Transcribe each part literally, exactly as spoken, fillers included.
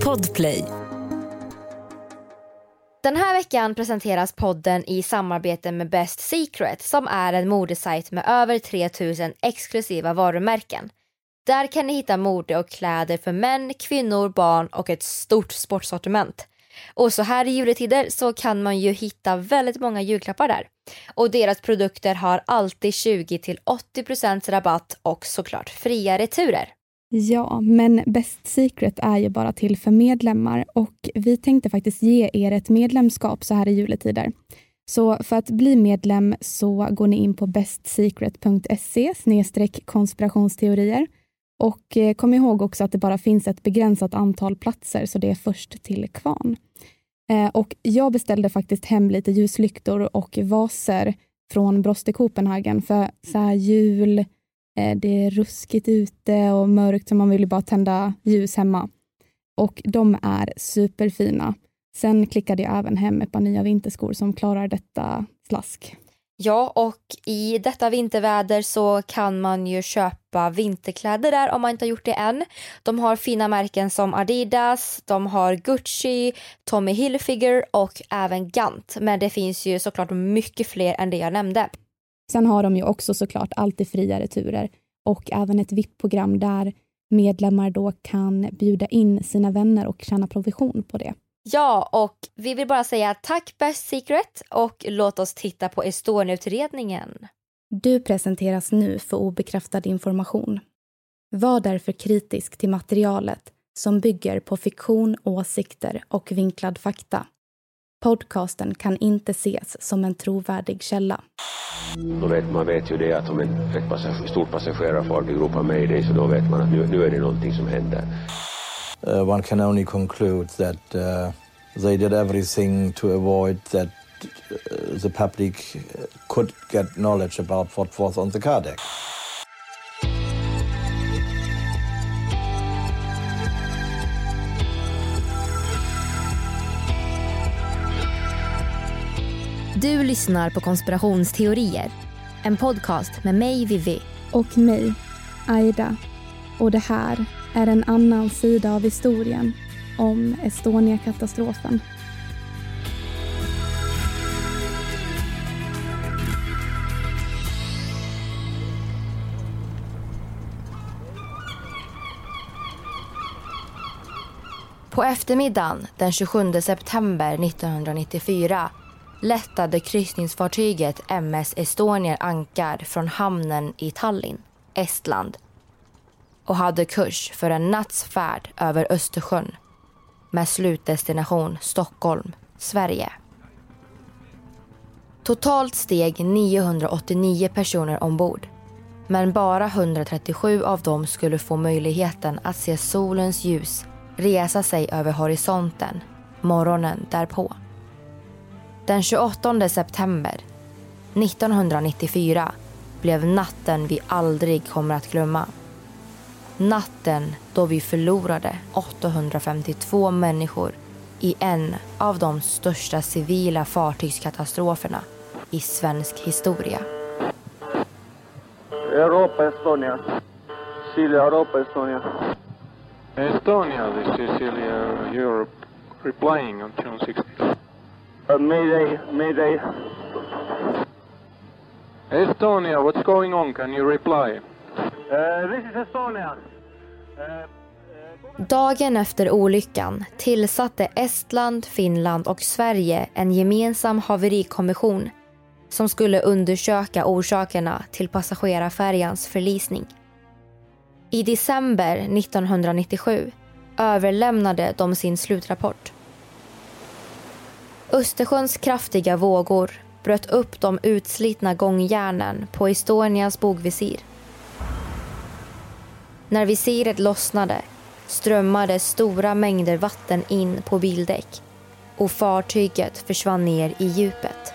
Podplay. Den här veckan presenteras podden i samarbete med Best Secret, som är en modesajt med över tre tusen exklusiva varumärken. Där kan ni hitta mode och kläder för män, kvinnor, barn och ett stort sportsortiment. Och så här i juletider så kan man ju hitta väldigt många julklappar där. Och deras produkter har alltid tjugo till åttio procent rabatt och såklart fria returer. Ja, men Best Secret är ju bara till för medlemmar och vi tänkte faktiskt ge er ett medlemskap så här i juletider. Så för att bli medlem så går ni in på bestsecret punkt se snedstreck konspirationsteorier och kom ihåg också att det bara finns ett begränsat antal platser så det är först till kvarn. Och jag beställde faktiskt hem lite ljuslyktor och vaser från Brost i Copenhagen för så här jul. Det är ruskigt ute och mörkt så man vill ju bara tända ljus hemma. Och de är superfina. Sen klickade jag även hem ett par nya vinterskor som klarar detta slask. Ja, och i detta vinterväder så kan man ju köpa vinterkläder där om man inte har gjort det än. De har fina märken som Adidas, de har Gucci, Tommy Hilfiger och även Gant. Men det finns ju såklart mycket fler än det jag nämnde. Sen har de ju också såklart alltid fria returer och även ett V I P-program där medlemmar då kan bjuda in sina vänner och tjäna provision på det. Ja, och vi vill bara säga tack Best Secret och låt oss titta på Estonia-utredningen. Du presenteras nu för obekräftad information. Var därför kritisk till materialet som bygger på fiktion, åsikter och vinklad fakta. Podcasten kan inte ses som en trovärdig källa. Då vet man vet ju det att om ett, ett passager, stort passagerarfartyg ropar Mayday så då vet man att nu, nu är det någonting som händer. Uh, one can only conclude that uh, they did everything to avoid that uh, the public could get knowledge about what was on the car deck. Du lyssnar på Konspirationsteorier, en podcast med mig Vivi och mig, Aida. Och det här är en annan sida av historien om Estonia-katastrofen. På eftermiddagen den tjugosjunde september nittonhundranittiofyra lättade kryssningsfartyget M S Estonia ankar från hamnen i Tallinn, Estland, och hade kurs för en nattsfärd över Östersjön med slutdestination Stockholm, Sverige. Totalt steg niohundraåttionio personer ombord, men bara etthundratrettiosju av dem skulle få möjligheten att se solens ljus resa sig över horisonten morgonen därpå. Den tjugoåttonde september nittonhundranittiofyra blev natten vi aldrig kommer att glömma. Natten då vi förlorade åttahundrafemtiotvå människor i en av de största civila fartygskatastroferna i svensk historia. Europa, Estonia. Silja, Europa, Estonia. Estonia, this is Silja, Europe, replying on June sixteenth. Uh, mayday, mayday. Estonia, what's going on? Can you reply? Uh, this is Estonia. Uh, Dagen efter olyckan tillsatte Estland, Finland och Sverige en gemensam haverikommission som skulle undersöka orsakerna till passagerarfärjans förlisning. I december nittonhundranittiosju överlämnade de sin slutrapport. Östersjöns kraftiga vågor bröt upp de utslitna gångjärnen på Estonias bogvisir. När visiret lossnade strömmade stora mängder vatten in på bildäck och fartyget försvann ner i djupet.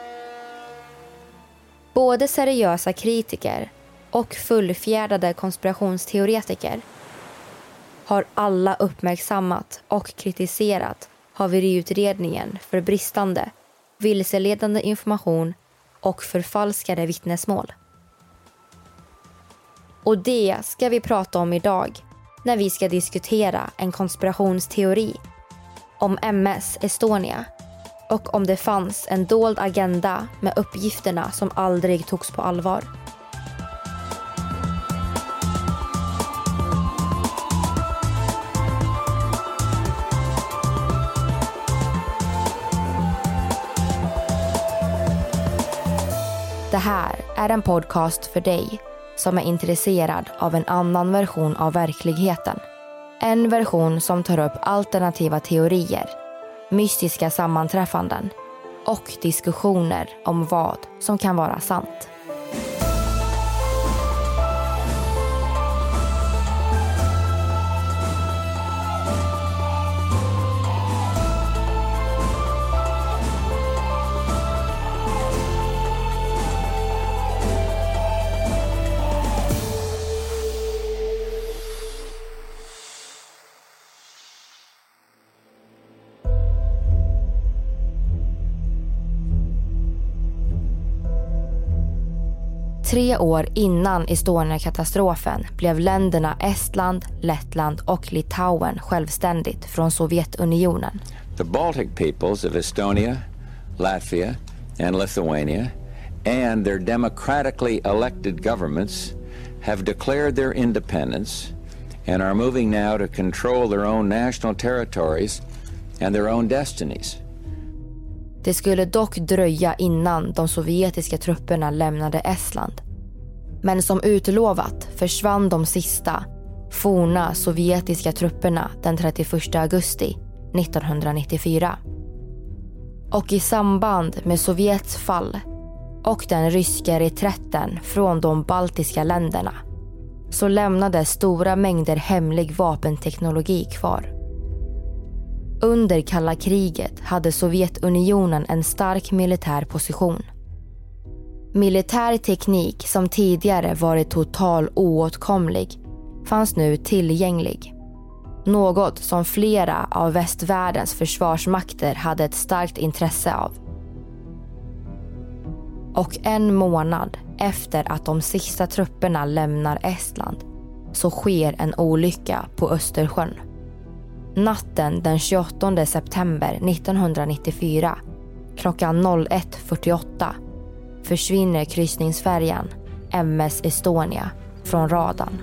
Både seriösa kritiker och fullfjädrade konspirationsteoretiker har alla uppmärksammat och kritiserat haveriutredningen för bristande, vilseledande information och förfalskade vittnesmål. Och det ska vi prata om idag när vi ska diskutera en konspirationsteori om M S Estonia och om det fanns en dold agenda med uppgifterna som aldrig togs på allvar. Det här är en podcast för dig som är intresserad av en annan version av verkligheten. En version som tar upp alternativa teorier, mystiska sammanträffanden och diskussioner om vad som kan vara sant. Tre år innan Estonia-katastrofen blev länderna Estland, Lettland och Litauen självständigt från Sovjetunionen. The Baltic peoples of Estonia, Latvia and Lithuania and their democratically elected governments have declared their independence and are moving now to control their own national territories and their own destinies. Det skulle dock dröja innan de sovjetiska trupperna lämnade Estland. Men som utlovat försvann de sista forna sovjetiska trupperna den trettioförsta augusti nittonhundranittiofyra. Och i samband med Sovjets fall och den ryska reträtten från de baltiska länderna så lämnade stora mängder hemlig vapenteknologi kvar. Under kalla kriget hade Sovjetunionen en stark militär position. Militär teknik som tidigare varit total oåtkomlig fanns nu tillgänglig. Något som flera av västvärldens försvarsmakter hade ett starkt intresse av. Och en månad efter att de sista trupperna lämnar Estland så sker en olycka på Östersjön. Natten den tjugoåttonde september nittonhundranittiofyra klockan ett fyrtioåtta försvinner kryssningsfärjan M S Estonia från radarn.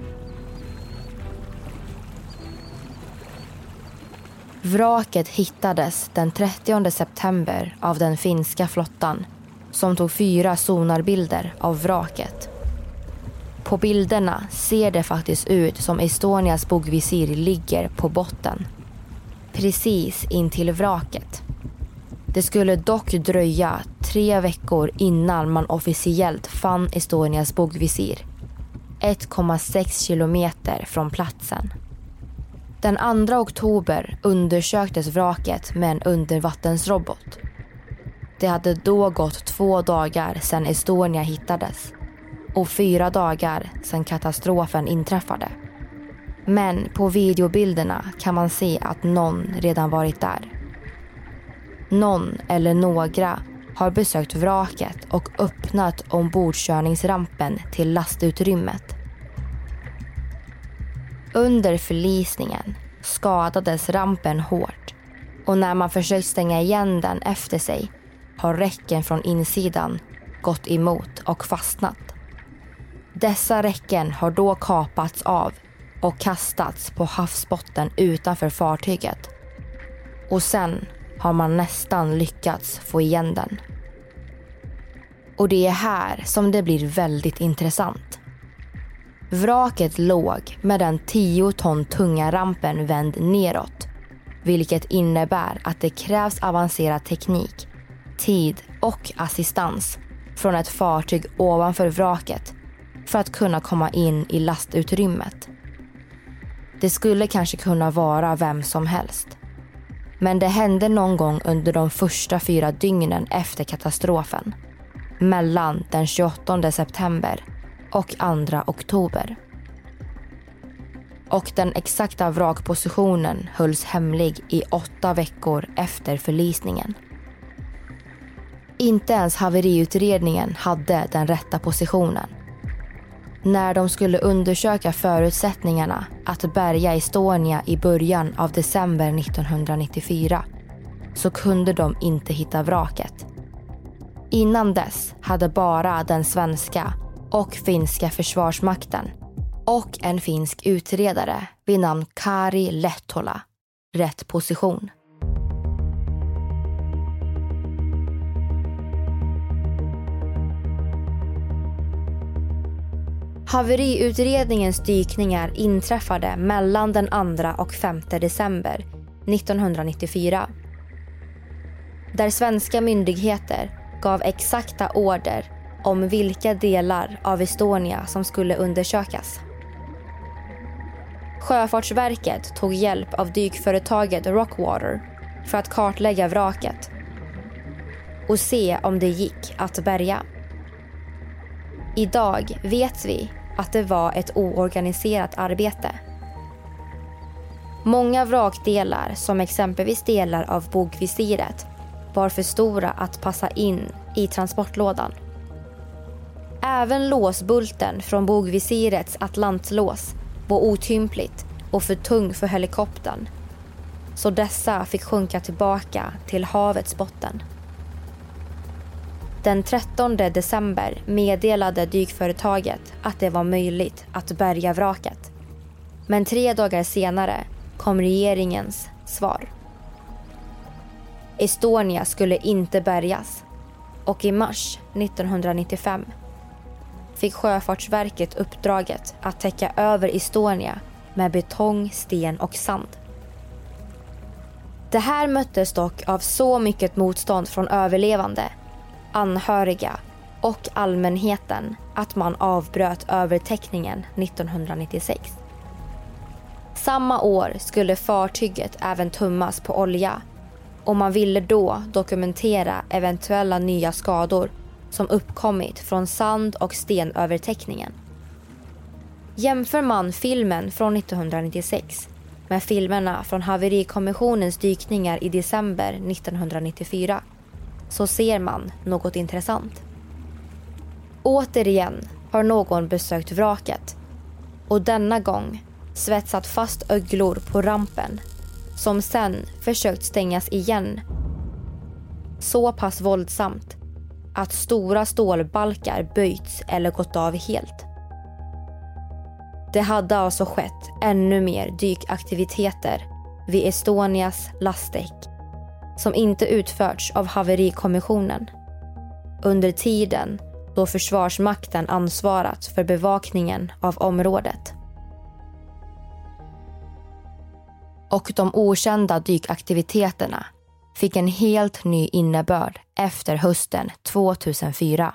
Vraket hittades den trettionde september av den finska flottan som tog fyra sonarbilder av vraket. På bilderna ser det faktiskt ut som Estonias bogvisir ligger på botten, precis in till vraket. Det skulle dock dröja tre veckor innan man officiellt fann Estonias bogvisir, ett komma sex kilometer från platsen. Den andra oktober undersöktes vraket med en undervattensrobot. Det hade då gått två dagar sedan Estonia hittades och fyra dagar sedan katastrofen inträffade. Men på videobilderna kan man se att någon redan varit där. Någon eller några har besökt vraket och öppnat ombordkörningsrampen till lastutrymmet. Under förlisningen skadades rampen hårt och när man försökt stänga igen den efter sig har räcken från insidan gått emot och fastnat. Dessa räcken har då kapats av och kastats på havsbotten utanför fartyget. Och sen har man nästan lyckats få igen den. Och det är här som det blir väldigt intressant. Vraket låg med den tio ton tunga rampen vänd neråt, vilket innebär att det krävs avancerad teknik, tid och assistans från ett fartyg ovanför vraket för att kunna komma in i lastutrymmet. Det skulle kanske kunna vara vem som helst. Men det hände någon gång under de första fyra dygnen efter katastrofen, mellan den tjugoåttonde september och andra oktober. Och den exakta vrakpositionen hölls hemlig i åtta veckor efter förlisningen. Inte ens haveriutredningen hade den rätta positionen. När de skulle undersöka förutsättningarna att bärga Estonia i början av december nittonhundranittiofyra så kunde de inte hitta vraket. Innan dess hade bara den svenska och finska försvarsmakten och en finsk utredare vid namn Kari Lehtola rätt position. Haveriutredningens dykningar inträffade mellan den andra och femte december nittonhundranittiofyra. Där svenska myndigheter gav exakta order om vilka delar av Estonia som skulle undersökas. Sjöfartsverket tog hjälp av dykföretaget Rockwater för att kartlägga vraket och se om det gick att bärga. Idag vet vi att det var ett oorganiserat arbete. Många vrakdelar, som exempelvis delar av bogvisiret, var för stora att passa in i transportlådan. Även låsbulten från bogvisirets atlantlås var otympligt och för tung för helikoptern, så dessa fick sjunka tillbaka till havets botten. Den trettonde december meddelade dykföretaget att det var möjligt att bärga vraket. Men tre dagar senare kom regeringens svar. Estonia skulle inte bärgas, och i mars nittonhundranittiofem fick Sjöfartsverket uppdraget att täcka över Estonia med betong, sten och sand. Det här möttes dock av så mycket motstånd från överlevande, anhöriga och allmänheten att man avbröt övertäckningen nittonhundranittiosex. Samma år skulle fartyget även tummas på olja, och man ville då dokumentera eventuella nya skador som uppkommit från sand- och stenövertäckningen. Jämför man filmen från nittonhundranittiosex med filmerna från haverikommissionens dykningar i december nittonhundranittiofyra så ser man något intressant. Återigen har någon besökt vraket, och denna gång svetsat fast öglor på rampen som sen försökt stängas igen så pass våldsamt att stora stålbalkar böjts eller gått av helt. Det hade alltså skett ännu mer dykaktiviteter vid Estonias lastdäck som inte utförts av haverikommissionen under tiden då Försvarsmakten ansvarat för bevakningen av området. Och de okända dykaktiviteterna fick en helt ny innebörd efter hösten tvåtusenfyra.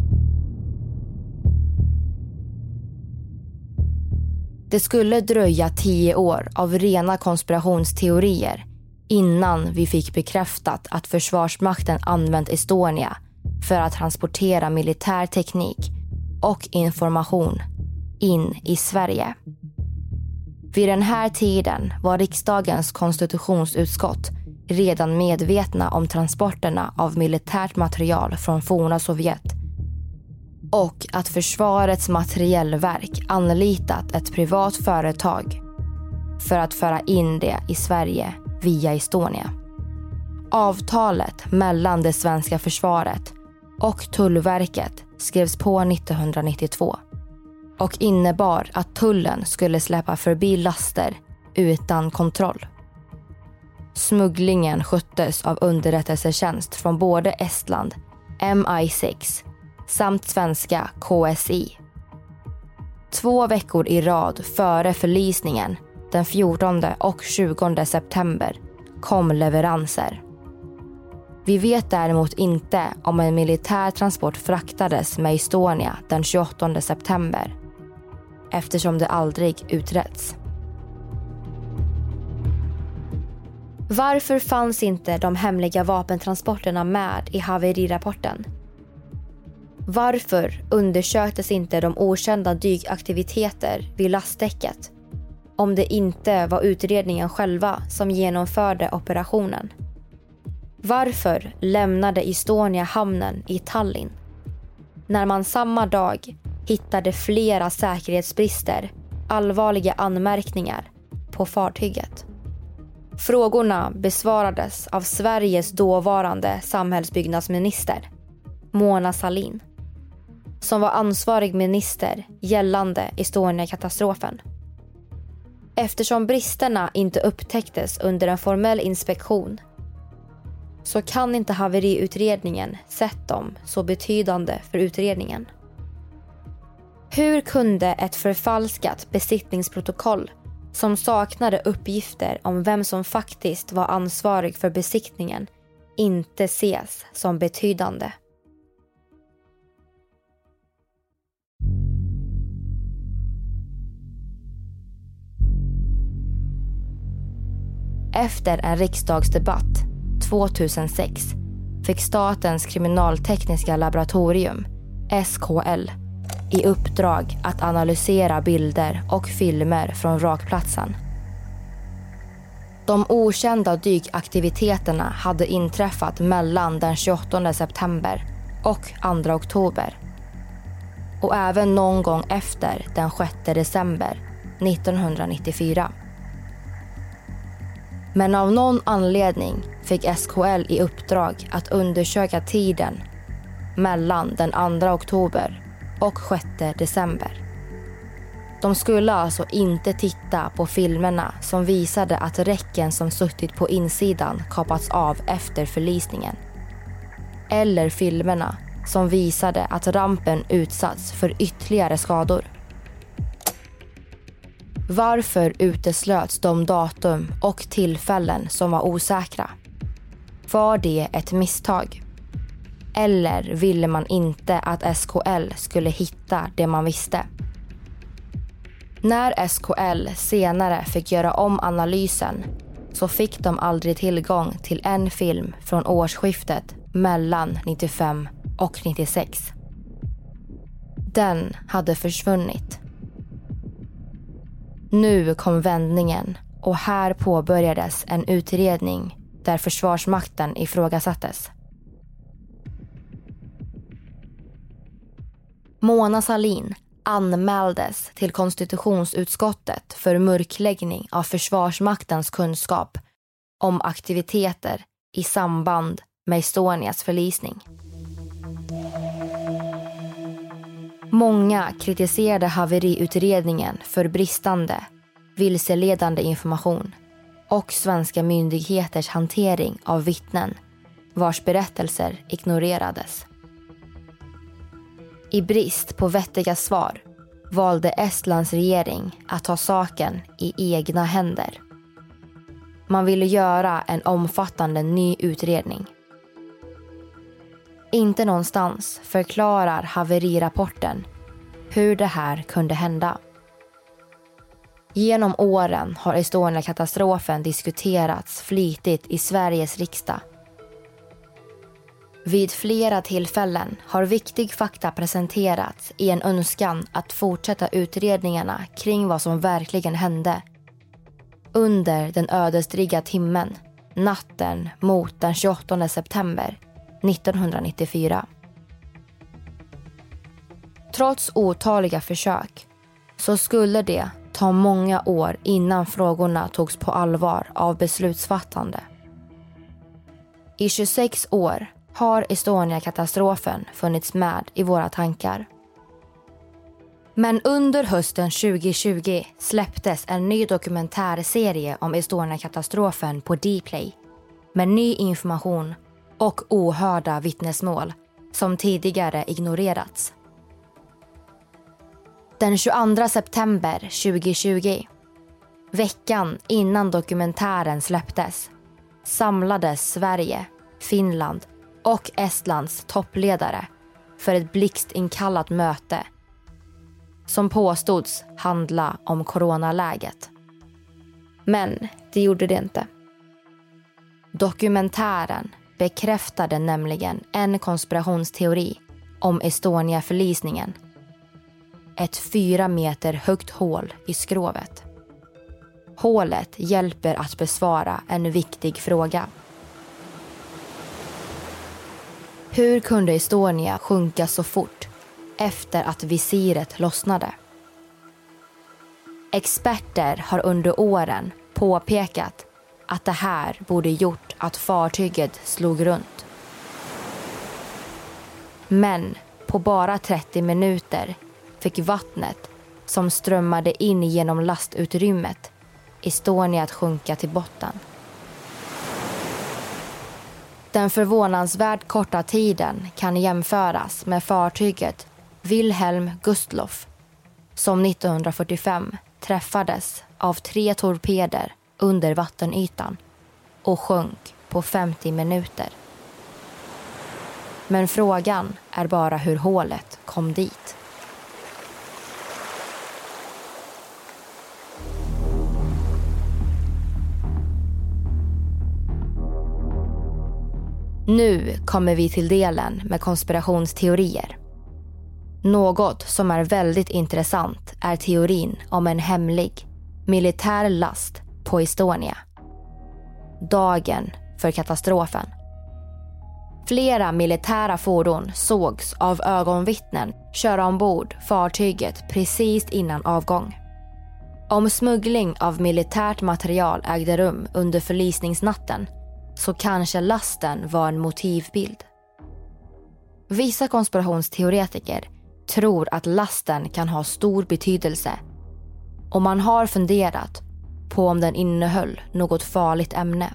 Det skulle dröja tio år av rena konspirationsteorier innan vi fick bekräftat att Försvarsmakten använt Estonia för att transportera militär teknik och information in i Sverige. Vid den här tiden var riksdagens konstitutionsutskott redan medvetna om transporterna av militärt material från forna Sovjet och att Försvarets materiellverk anlitat ett privat företag för att föra in det i Sverige via Estonia. Avtalet mellan det svenska försvaret och Tullverket skrevs på nittonhundranittiotvå och innebar att tullen skulle släppa förbi laster utan kontroll. Smugglingen sköttes av underrättelsetjänst från både Estland, M I sex, samt svenska K S I. Två veckor i rad före förlisningen, den fjortonde och tjugonde september, kom leveranser. Vi vet däremot inte om en militär transport fraktades med Estonia den tjugoåttonde september, eftersom det aldrig utretts. Varför fanns inte de hemliga vapentransporterna med i haverirapporten? Varför undersöktes inte de okända dykaktiviteter vid lastdäcket om det inte var utredningen själva som genomförde operationen? Varför lämnade Estonia hamnen i Tallinn när man samma dag hittade flera säkerhetsbrister, allvarliga anmärkningar på fartyget. Frågorna besvarades av Sveriges dåvarande samhällsbyggnadsminister, Mona Sahlin, som var ansvarig minister gällande Estonia-katastrofen. Eftersom bristerna inte upptäcktes under en formell inspektion så kan inte haveriutredningen sett dem så betydande för utredningen. Hur kunde ett förfalskat besiktningsprotokoll som saknade uppgifter om vem som faktiskt var ansvarig för besiktningen inte ses som betydande? Efter en riksdagsdebatt tjugohundrasex fick Statens kriminaltekniska laboratorium, S K L, i uppdrag att analysera bilder och filmer från vrakplatsen. De okända dykaktiviteterna hade inträffat mellan den tjugoåttonde september och andra oktober och även någon gång efter den sjätte december nittonhundranittiofyra. Men av någon anledning fick S K L i uppdrag att undersöka tiden mellan den andra oktober och sjätte december. De skulle alltså inte titta på filmerna som visade att räcken som suttit på insidan kapats av efter förlisningen. Eller filmerna som visade att rampen utsatts för ytterligare skador. Varför uteslöts de datum och tillfällen som var osäkra? Var det ett misstag? Eller ville man inte att S K L skulle hitta det man visste? När S K L senare fick göra om analysen så fick de aldrig tillgång till en film från årsskiftet mellan nittiofem och nittiosex. Den hade försvunnit. Nu kom vändningen och här påbörjades en utredning där Försvarsmakten ifrågasattes. Mona Sahlin anmäldes till konstitutionsutskottet för mörkläggning av Försvarsmaktens kunskap om aktiviteter i samband med Estonias förlisning. Många kritiserade haveriutredningen för bristande, vilseledande information och svenska myndigheters hantering av vittnen vars berättelser ignorerades. I brist på vettiga svar valde Estlands regering att ta saken i egna händer. Man ville göra en omfattande ny utredning. Inte någonstans förklarar haverirapporten hur det här kunde hända. Genom åren har Estonia-katastrofen diskuterats flitigt i Sveriges riksdag. Vid flera tillfällen har viktig fakta presenterats i en önskan att fortsätta utredningarna kring vad som verkligen hände. Under den ödesdigra timmen, natten mot den tjugoåttonde september nittonhundranittiofyra. Trots otaliga försök så skulle det ta många år innan frågorna togs på allvar av beslutsfattande. I tjugosex år har Estonia-katastrofen funnits med i våra tankar. Men under hösten tjugohundratjugo släpptes en ny dokumentärserie om Estonia-katastrofen på Dplay med ny information och ohörda vittnesmål som tidigare ignorerats. Den tjugoandra september tjugohundratjugo, veckan innan dokumentären släpptes, samlades Sverige, Finland och Estlands toppledare för ett blixtinkallat möte som påstods handla om coronaläget. Men det gjorde det inte. Dokumentären bekräftade nämligen en konspirationsteori om Estonia-förlisningen. Ett fyra meter högt hål i skrovet. Hålet hjälper att besvara en viktig fråga. Hur kunde Estonia sjunka så fort efter att visiret lossnade. Experter har under åren påpekat att det här borde gjort att fartyget slog runt. Men på bara trettio minuter fick vattnet som strömmade in genom lastutrymmet Estonia att sjunka till botten. Den förvånansvärt korta tiden kan jämföras med fartyget Wilhelm Gustloff som nittonhundrafyrtiofem träffades av tre torpeder under vattenytan och sjönk på femtio minuter. Men frågan är bara hur hålet kom dit. Nu kommer vi till delen med konspirationsteorier. Något som är väldigt intressant är teorin om en hemlig militär last på Estonia. Dagen för katastrofen. Flera militära fordon sågs av ögonvittnen köra ombord fartyget precis innan avgång. Om smuggling av militärt material ägde rum under förlisningsnatten så kanske lasten var en motivbild. Vissa konspirationsteoretiker tror att lasten kan ha stor betydelse och man har funderat på om den innehöll något farligt ämne.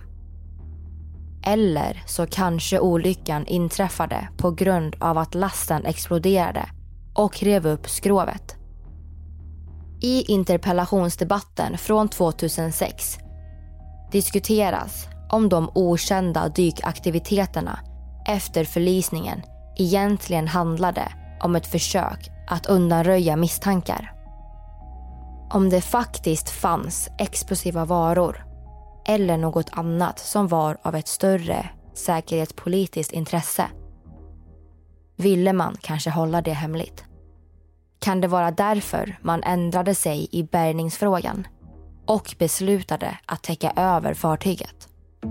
Eller så kanske olyckan inträffade på grund av att lasten exploderade och rev upp skrovet. I interpellationsdebatten från tjugohundrasex diskuteras om de okända dykaktiviteterna efter förlisningen egentligen handlade om ett försök att undanröja misstankar. Om det faktiskt fanns explosiva varor eller något annat som var av ett större säkerhetspolitiskt intresse. Ville man kanske hålla det hemligt? Kan det vara därför man ändrade sig i bärgningsfrågan och beslutade att täcka över fartyget?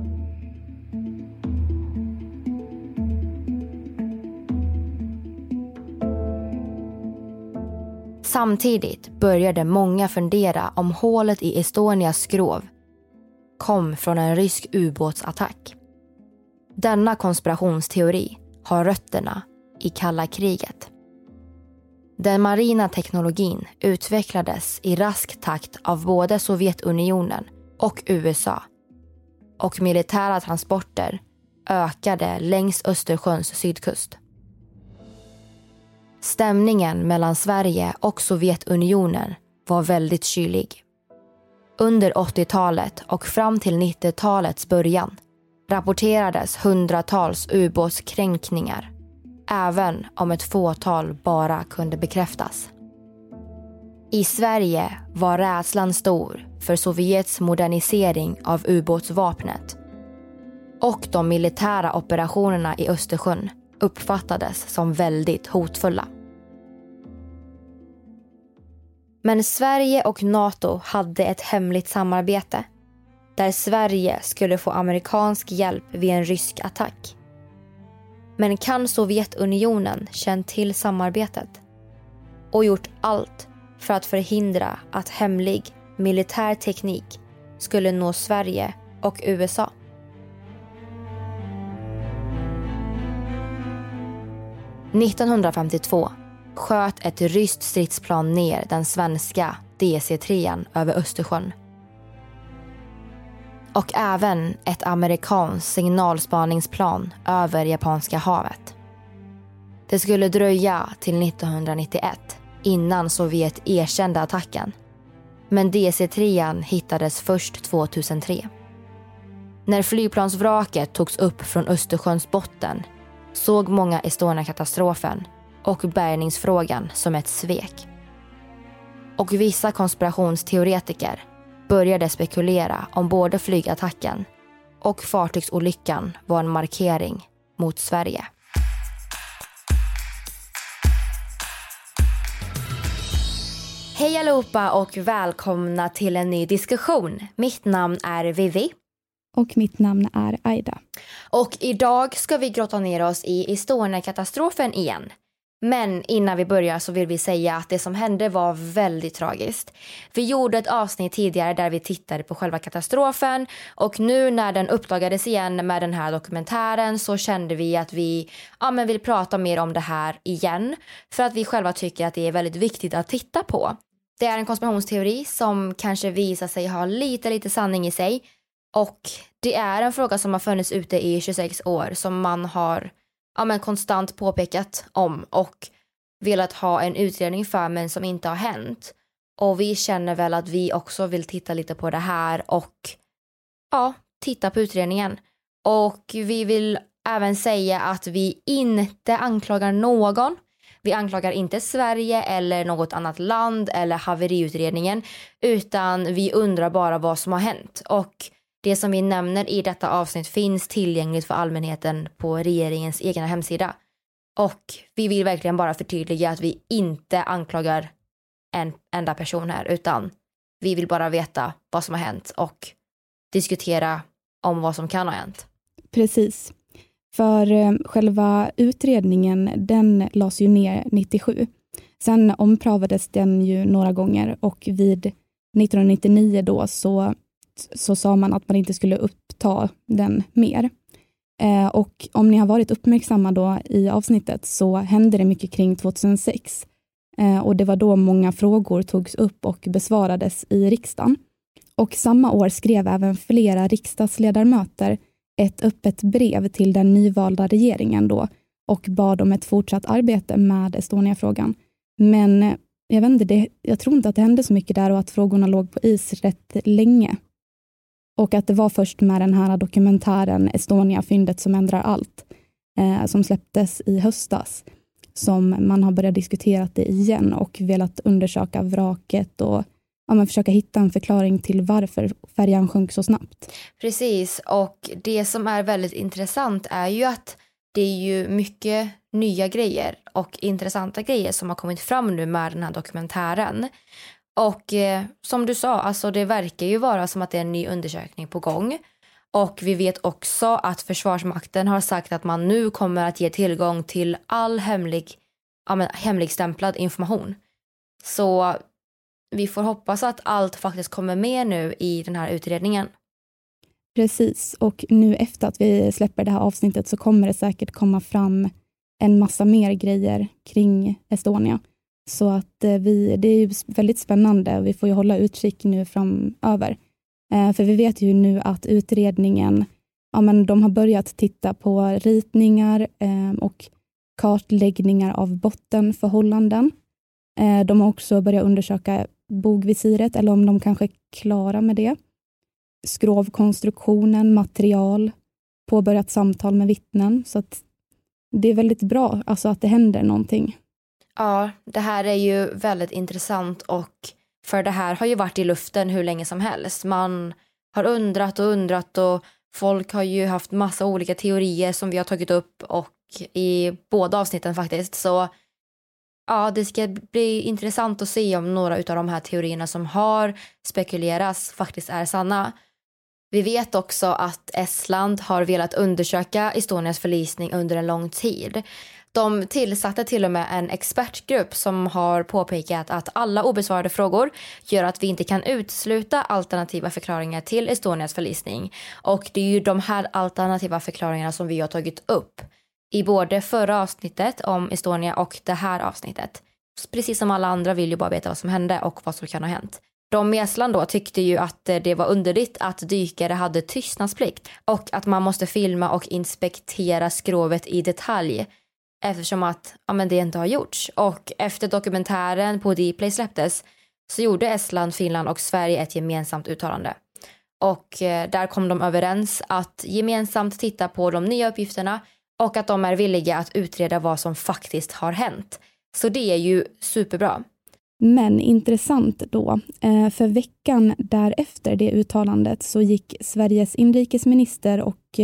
Samtidigt började många fundera om hålet i Estonias skrov kom från en rysk ubåtsattack. Denna konspirationsteori har rötterna i kalla kriget. Den marina teknologin utvecklades i rask takt av både Sovjetunionen och U S A och militära transporter ökade längs Östersjöns sydkust. Stämningen mellan Sverige och Sovjetunionen var väldigt kylig. Under åttiotalet och fram till nittiotalets början rapporterades hundratals ubåtskränkningar, även om ett fåtal bara kunde bekräftas. I Sverige var rädslan stor för Sovjets modernisering av ubåtsvapnet och de militära operationerna i Östersjön uppfattades som väldigt hotfulla. Men Sverige och NATO hade ett hemligt samarbete där Sverige skulle få amerikansk hjälp vid en rysk attack. Men kan Sovjetunionen känt till samarbetet och gjort allt för att förhindra att hemlig militär teknik skulle nå Sverige och U S A? nittonhundrafemtiotvå sköt ett ryskt stridsplan ner den svenska D C tre över Östersjön. Och även ett amerikanskt signalspaningsplan över Japanska havet. Det skulle dröja till nittonhundranittioett innan Sovjet erkände attacken. Men D C tre hittades först tjugohundratre. När flygplansvraket togs upp från Östersjöns botten såg många Estonia-katastrofen och bärgningsfrågan som ett svek. Och vissa konspirationsteoretiker började spekulera om både flygattacken och fartygsolyckan var en markering mot Sverige. Hej allihopa och välkomna till en ny diskussion. Mitt namn är Vivi. Och mitt namn är Aida. Och idag ska vi grotta ner oss i Estonia-katastrofen igen. Men innan vi börjar så vill vi säga att det som hände var väldigt tragiskt. Vi gjorde ett avsnitt tidigare där vi tittade på själva katastrofen och nu när den uppdagades igen med den här dokumentären så kände vi att vi ja, men vill prata mer om det här igen för att vi själva tycker att det är väldigt viktigt att titta på. Det är en konspirationsteori som kanske visar sig ha lite lite sanning i sig och det är en fråga som har funnits ute i tjugosex år som man har ja, men konstant påpekat om och velat ha en utredning för men som inte har hänt. Och vi känner väl att vi också vill titta lite på det här och ja, titta på utredningen. Och vi vill även säga att vi inte anklagar någon. Vi anklagar inte Sverige eller något annat land eller haveriutredningen utan vi undrar bara vad som har hänt. Och det som vi nämner i detta avsnitt finns tillgängligt för allmänheten på regeringens egna hemsida. Och vi vill verkligen bara förtydliga att vi inte anklagar en enda person här utan vi vill bara veta vad som har hänt och diskutera om vad som kan ha hänt. Precis. För eh, själva utredningen den lades ju ner nittiosju. Sen omprövades den ju några gånger och vid nittonhundranittionio då så så sa man att man inte skulle uppta den mer. Eh, och om ni har varit uppmärksamma då i avsnittet så hände det mycket kring tjugohundrasex. Eh, och det var då många frågor togs upp och besvarades i riksdagen. Och samma år skrev även flera riksdagsledamöter ett öppet brev till den nyvalda regeringen då och bad om ett fortsatt arbete med Estonia-frågan. Men jag vet inte, det, jag tror inte att det hände så mycket där och att frågorna låg på is rätt länge. Och att det var först med den här dokumentären Estonia-fyndet som ändrar allt eh, som släpptes i höstas som man har börjat diskutera det igen och velat undersöka vraket och ja, men försöka hitta en förklaring till varför färjan sjönk så snabbt. Precis, och det som är väldigt intressant är ju att det är ju mycket nya grejer och intressanta grejer som har kommit fram nu med den här dokumentären. Och eh, som du sa, alltså det verkar ju vara som att det är en ny undersökning på gång. Och vi vet också att Försvarsmakten har sagt att man nu kommer att ge tillgång till all hemlig, ja, men, hemligstämplad information. Så vi får hoppas att allt faktiskt kommer med nu i den här utredningen. Precis, och nu efter att vi släpper det här avsnittet så kommer det säkert komma fram en massa mer grejer kring Estonia. Så att vi, det är ju väldigt spännande och vi får ju hålla utkik nu framöver. Eh, för vi vet ju nu att utredningen, ja men de har börjat titta på ritningar eh, och kartläggningar av bottenförhållanden. Eh, de har också börjat undersöka bogvisiret eller om de kanske är klara med det. Skrovkonstruktionen, material, påbörjat samtal med vittnen. Så att det är väldigt bra alltså att det händer någonting. Ja, det här är ju väldigt intressant och för det här har ju varit i luften hur länge som helst. Man har undrat och undrat och folk har ju haft massa olika teorier som vi har tagit upp och i båda avsnitten faktiskt. Så ja, det ska bli intressant att se om några av de här teorierna som har spekulerats faktiskt är sanna. Vi vet också att Estland har velat undersöka Estonias förlisning under en lång tid. De tillsatte till och med en expertgrupp som har påpekat att alla obesvarade frågor gör att vi inte kan utesluta alternativa förklaringar till Estonias förlisning. Och det är ju de här alternativa förklaringarna som vi har tagit upp i både förra avsnittet om Estonia och det här avsnittet. Precis som alla andra vill ju bara veta vad som hände och vad som kan ha hänt. De i Estland då tyckte ju att det var underligt att dykare hade tystnadsplikt och att man måste filma och inspektera skrovet i detalj. Eftersom att ja, men det inte har gjorts. Och efter dokumentären på Dplay släpptes så gjorde Estland, Finland och Sverige ett gemensamt uttalande. Och eh, där kom de överens att gemensamt titta på de nya uppgifterna och att de är villiga att utreda vad som faktiskt har hänt. Så det är ju superbra. Men intressant då, för veckan därefter det uttalandet så gick Sveriges inrikesminister och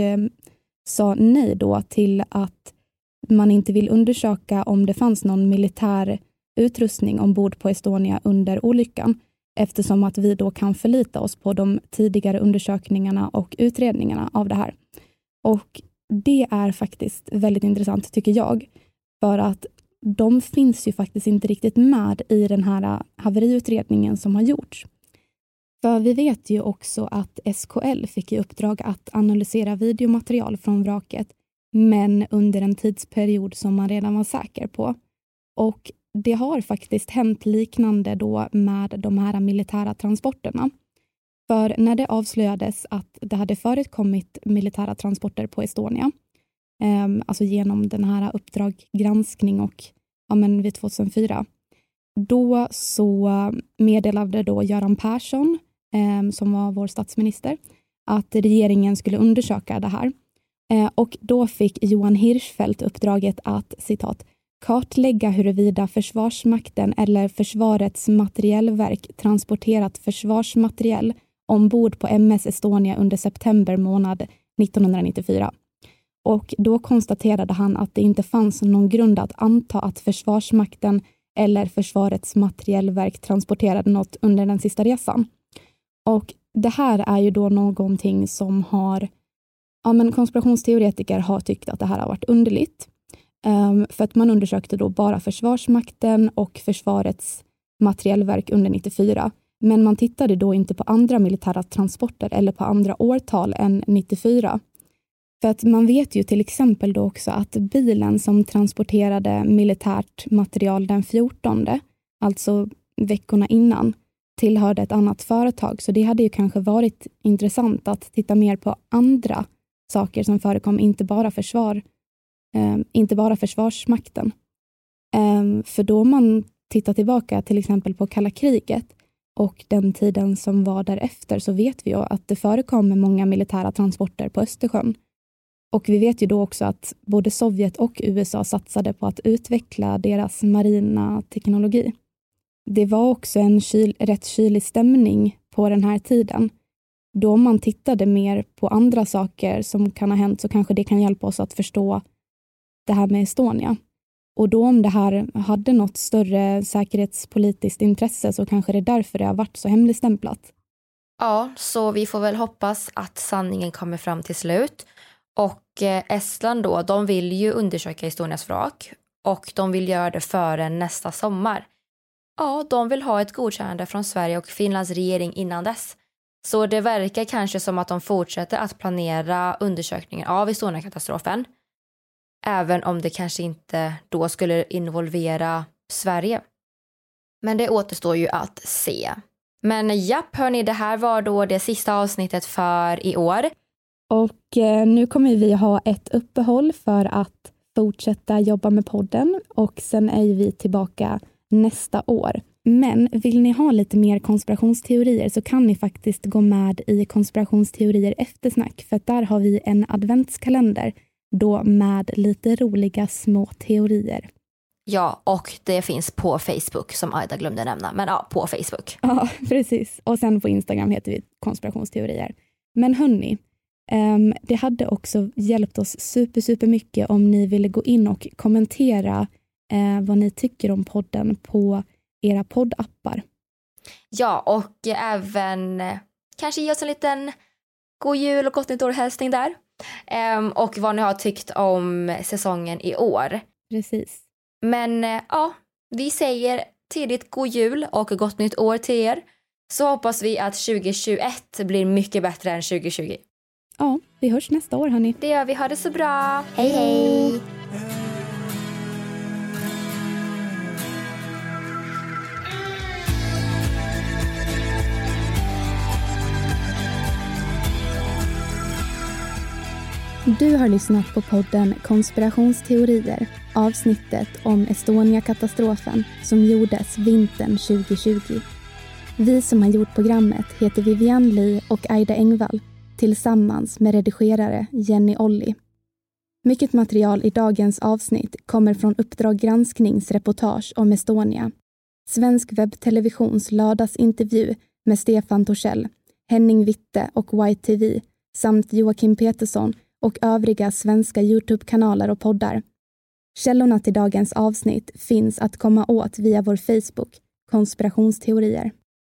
sa nej då till att man inte vill undersöka om det fanns någon militär utrustning ombord på Estonia under olyckan, eftersom att vi då kan förlita oss på de tidigare undersökningarna och utredningarna av det här. Och det är faktiskt väldigt intressant tycker jag, för att de finns ju faktiskt inte riktigt med i den här haveriutredningen som har gjorts. För vi vet ju också att S K L fick i uppdrag att analysera videomaterial från vraket, men under en tidsperiod som man redan var säker på. Och det har faktiskt hänt liknande då med de här militära transporterna. För när det avslöjades att det hade förekommit militära transporter på Estonia, eh, alltså genom den här uppdrag granskning och ja, men vid tjugohundrafyra, då så meddelade då Göran Persson, eh, som var vår statsminister, att regeringen skulle undersöka det här. Eh, och då fick Johan Hirschfeldt uppdraget att, citat, kartlägga huruvida Försvarsmakten eller Försvarets materiellverk transporterat försvarsmateriel ombord på M S Estonia under september månad nittonhundranittiofyra. Och då konstaterade han att det inte fanns någon grund att anta att Försvarsmakten eller Försvarets materiellverk transporterade något under den sista resan. Och det här är ju då någonting som har, ja men konspirationsteoretiker har tyckt att det här har varit underligt. Um, för att man undersökte då bara Försvarsmakten och Försvarets materiellverk under nittiofyra. Men man tittade då inte på andra militära transporter eller på andra årtal än nittiofyra. För att man vet ju till exempel då också att bilen som transporterade militärt material den fjortonde, alltså veckorna innan, tillhörde ett annat företag. Så det hade ju kanske varit intressant att titta mer på andra saker som förekom, inte bara försvar, eh, inte bara Försvarsmakten. Eh, för då man tittar tillbaka till exempel på kalla kriget och den tiden som var därefter, så vet vi ju att det förekommer många militära transporter på Östersjön. Och vi vet ju då också att både Sovjet och U S A satsade på att utveckla deras marina teknologi. Det var också en kyl, rätt kylig stämning på den här tiden. Då man tittade mer på andra saker som kan ha hänt, så kanske det kan hjälpa oss att förstå det här med Estonia. Och då om det här hade något större säkerhetspolitiskt intresse, så kanske det är därför det har varit så hemligstämplat. Ja, så vi får väl hoppas att sanningen kommer fram till slut. Och eh, Estland då, de vill ju undersöka Estonias vrak. Och de vill göra det före nästa sommar. Ja, de vill ha ett godkännande från Sverige och Finlands regering innan dess. Så det verkar kanske som att de fortsätter att planera undersökningen av Estonia-katastrofen. Även om det kanske inte då skulle involvera Sverige. Men det återstår ju att se. Men japp, hörni, det här var då det sista avsnittet för i år. Och eh, nu kommer vi ha ett uppehåll för att fortsätta jobba med podden. Och sen är vi tillbaka nästa år. Men vill ni ha lite mer konspirationsteorier, så kan ni faktiskt gå med i konspirationsteorier eftersnack. För där har vi en adventskalender då med lite roliga små teorier. Ja, och det finns på Facebook som Aida glömde nämna. Men ja, på Facebook. Ja, precis. Och sen på Instagram heter vi konspirationsteorier. Men hörni, um, det hade också hjälpt oss super, super mycket om ni ville gå in och kommentera uh, vad ni tycker om podden på era poddappar. Ja, och även eh, kanske ge oss en liten god jul och gott nytt år hälsning där. Um, och vad ni har tyckt om säsongen i år. Precis. Men uh, ja, vi säger tidigt god jul och gott nytt år till er. Så hoppas vi att tjugohundratjugoett blir mycket bättre än tjugohundratjugo. Ja, vi hörs nästa år, hörni. Det gör vi. Ha det så bra. Hej, hej! Du har lyssnat på podden Konspirationsteorier, avsnittet om Estonia-katastrofen som gjordes vintern tjugohundratjugo. Vi som har gjort programmet heter Vivian Lee och Aida Engvall, tillsammans med redigerare Jenny Olli. Mycket material i dagens avsnitt kommer från Uppdrag gransknings reportage om Estonia, Svensk webbtelevisions lördagsintervju med Stefan Torssell, Henning Witte och Y T V samt Joakim Petersson och övriga svenska YouTube-kanaler och poddar. Källorna till dagens avsnitt finns att komma åt via vår Facebook, Konspirationsteorier.